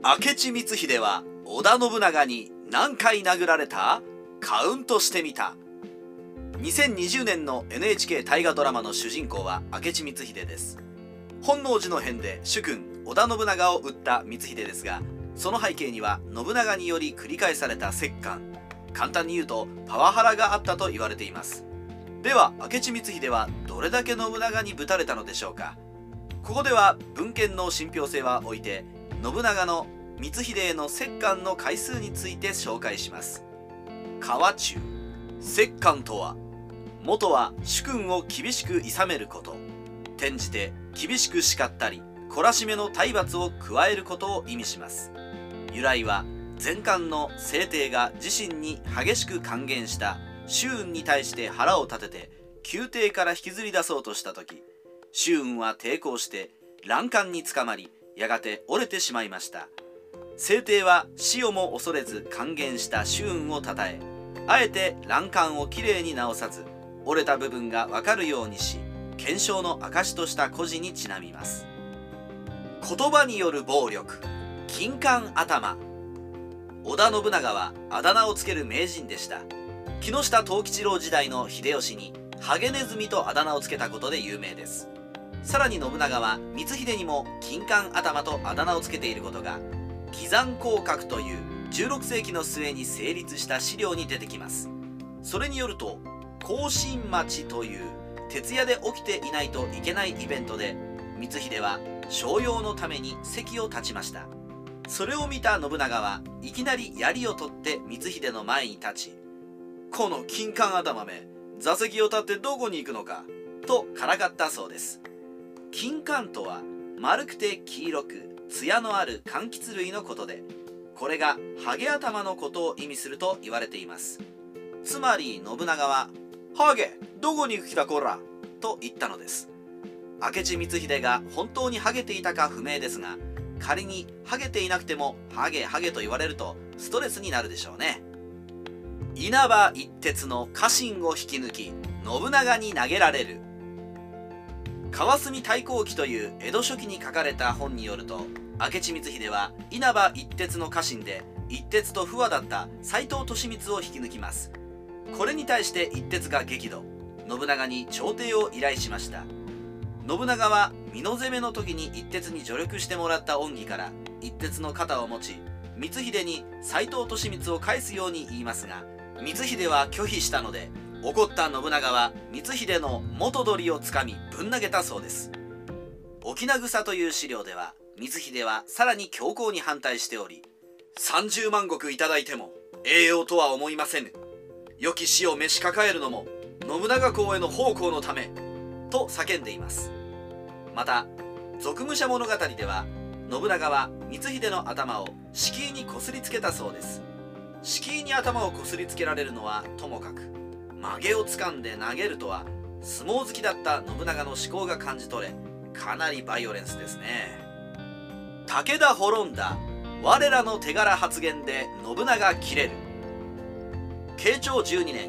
明智光秀は織田信長に何回殴られた？カウントしてみた。2020年の NHK 大河ドラマの主人公は明智光秀です。本能寺の変で主君織田信長を討った光秀ですが、その背景には信長により繰り返された折檻、簡単に言うとパワハラがあったと言われています。では明智光秀はどれだけ信長にぶたれたのでしょうか。ここでは文献の信憑性は置いて、信長の光秀への折檻の回数について紹介します。河中。折檻とは、元は主君を厳しく諌めること、転じて厳しく叱ったり懲らしめの体罰を加えることを意味します。由来は前漢の聖帝が自身に激しく諫言した周雲に対して腹を立てて宮廷から引きずり出そうとした時、周雲は抵抗して欄干につかまり、やがて折れてしまいました。聖帝は死をも恐れず諫言した周雲をたたえ、あえて欄干をきれいに直さず折れた部分が分かるようにし、顕彰の証とした故事にちなみます。言葉による暴力、金冠頭。織田信長はあだ名をつける名人でした。木下藤吉郎時代の秀吉にハゲネズミとあだ名をつけたことで有名です。さらに信長は光秀にも金冠頭とあだ名をつけていることが、喜山行閣という16世紀の末に成立した資料に出てきます。それによると、庚申町という徹夜で起きていないといけないイベントで、光秀は商用のために席を立ちました。それを見た信長はいきなり槍を取って光秀の前に立ち、この金冠頭め、座席を立ってどこに行くのかとからかったそうです。金冠とは丸くて黄色く艶のある柑橘類のことで、これがハゲ頭のことを意味すると言われています。つまり信長はハゲどこに行く気だこらと言ったのです。明智光秀が本当にハゲていたか不明ですが、仮にハゲていなくてもハゲハゲと言われるとストレスになるでしょうね。稲葉一徹の家臣を引き抜き信長に投げられる。川澄太閤記という江戸初期に書かれた本によると、明智光秀は稲葉一徹の家臣で一徹と不和だった斎藤利光を引き抜きます。これに対して一徹が激怒、信長に調停を依頼しました。信長は美濃攻めの時に一徹に助力してもらった恩義から一徹の肩を持ち、光秀に斎藤利光を返すように言いますが、光秀は拒否したので、怒った信長は光秀の元取をつかみぶん投げたそうです。翁草という資料では光秀はさらに強硬に反対しており、30万石いただいても栄養とは思いませぬ。良き死を召し抱えるのも信長公への奉公のためと叫んでいます。また俗武者物語では信長は光秀の頭を敷居にこすりつけたそうです。敷居に頭をこすりつけられるのはともかく、曲げをつかんで投げるとは相撲好きだった信長の思考が感じ取れ、かなりバイオレンスですね。武田滅んだ、我らの手柄発言で信長切れる。慶長12年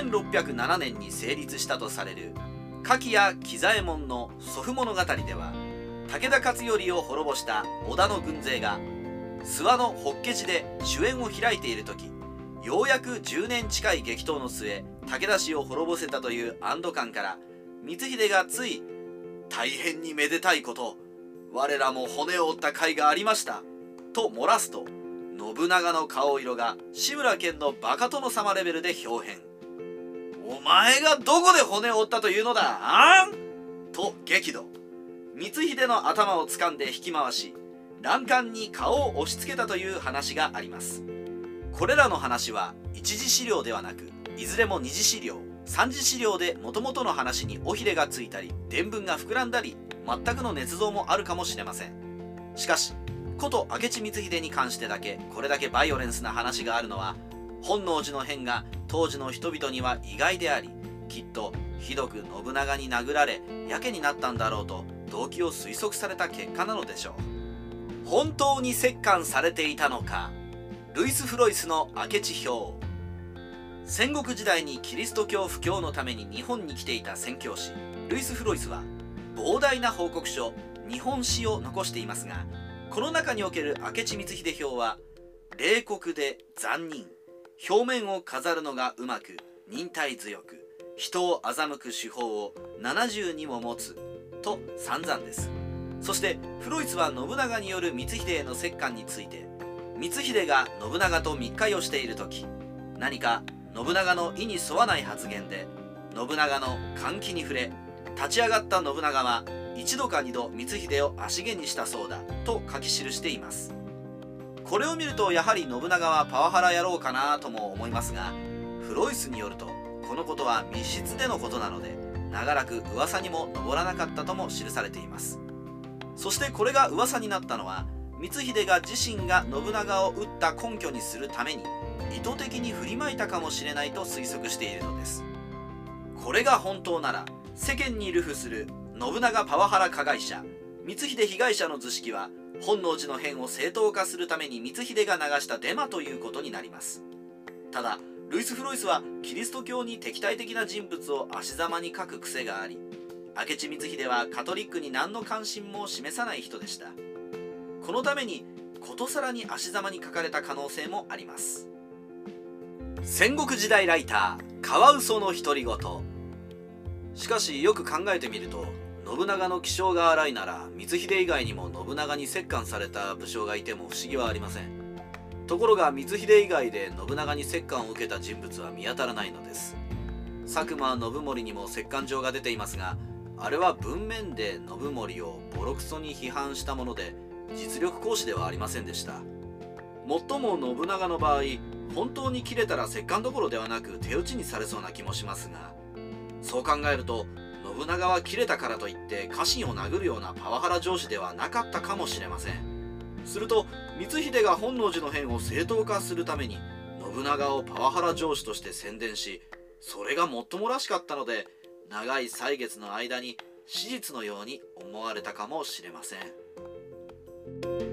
1607年に成立したとされる柿谷喜左衛門の祖父物語では、武田勝頼を滅ぼした織田の軍勢が諏訪の法華寺で酒宴を開いている時、ようやく10年近い激闘の末武田氏を滅ぼせたという安堵感から、光秀がつい大変にめでたいこと、我らも骨を折った甲斐がありましたと漏らすと、信長の顔色が志村けんのバカ殿様レベルで表変。お前がどこで骨を折ったというのだあんと激怒。光秀の頭を掴んで引き回し、欄干に顔を押し付けたという話があります。これらの話は一次資料ではなく、いずれも二次資料三次資料で元々の話に尾ひれがついたり伝聞が膨らんだり、全くの捏造もあるかもしれません。しかしこと明智光秀に関してだけこれだけバイオレンスな話があるのは、本能寺の変が当時の人々には意外であり、きっとひどく信長に殴られやけになったんだろうと動機を推測された結果なのでしょう。本当に折檻されていたのか。ルイス・フロイスの明智表。戦国時代にキリスト教布教のために日本に来ていた宣教師ルイス・フロイスは膨大な報告書日本史を残していますが、 この中における明智光秀表は、冷酷で残忍、表面を飾るのがうまく忍耐強く、人を欺く手法を72も持つと散々です。そしてフロイツは信長による光秀への折檻について、光秀が信長と密会をしている時、何か信長の意に沿わない発言で信長の歓喜に触れ、立ち上がった信長は一度か二度光秀を足蹴にしたそうだと書き記しています。これを見るとやはり信長はパワハラ野郎かなとも思いますが、フロイスによるとこのことは密室でのことなので、長らく噂にも上らなかったとも記されています。そしてこれが噂になったのは、光秀が自身が信長を討った根拠にするために意図的に振りまいたかもしれないと推測しているのです。これが本当なら、世間に流布する信長パワハラ加害者、光秀被害者の図式は本能寺の変を正当化するために光秀が流したデマということになります。ただルイス・フロイスはキリスト教に敵対的な人物を足ざまに書く癖があり、明智光秀はカトリックに何の関心も示さない人でした。このためにことさらに足ざまに書かれた可能性もあります。戦国時代ライターカワウソの独り言。しかしよく考えてみると、信長の気性が荒いなら光秀以外にも信長に折檻された武将がいても不思議はありません。ところが光秀以外で信長に折檻を受けた人物は見当たらないのです。佐久間信盛にも折檻状が出ていますが、あれは文面で信盛をボロクソに批判したもので、実力行使ではありませんでした。もっとも信長の場合、本当に切れたら折檻どころではなく手打ちにされそうな気もしますが、そう考えると信長は切れたからといって家臣を殴るようなパワハラ上司ではなかったかもしれません。すると光秀が本能寺の変を正当化するために信長をパワハラ上司として宣伝し、それがもっともらしかったので、長い歳月の間に史実のように思われたかもしれません。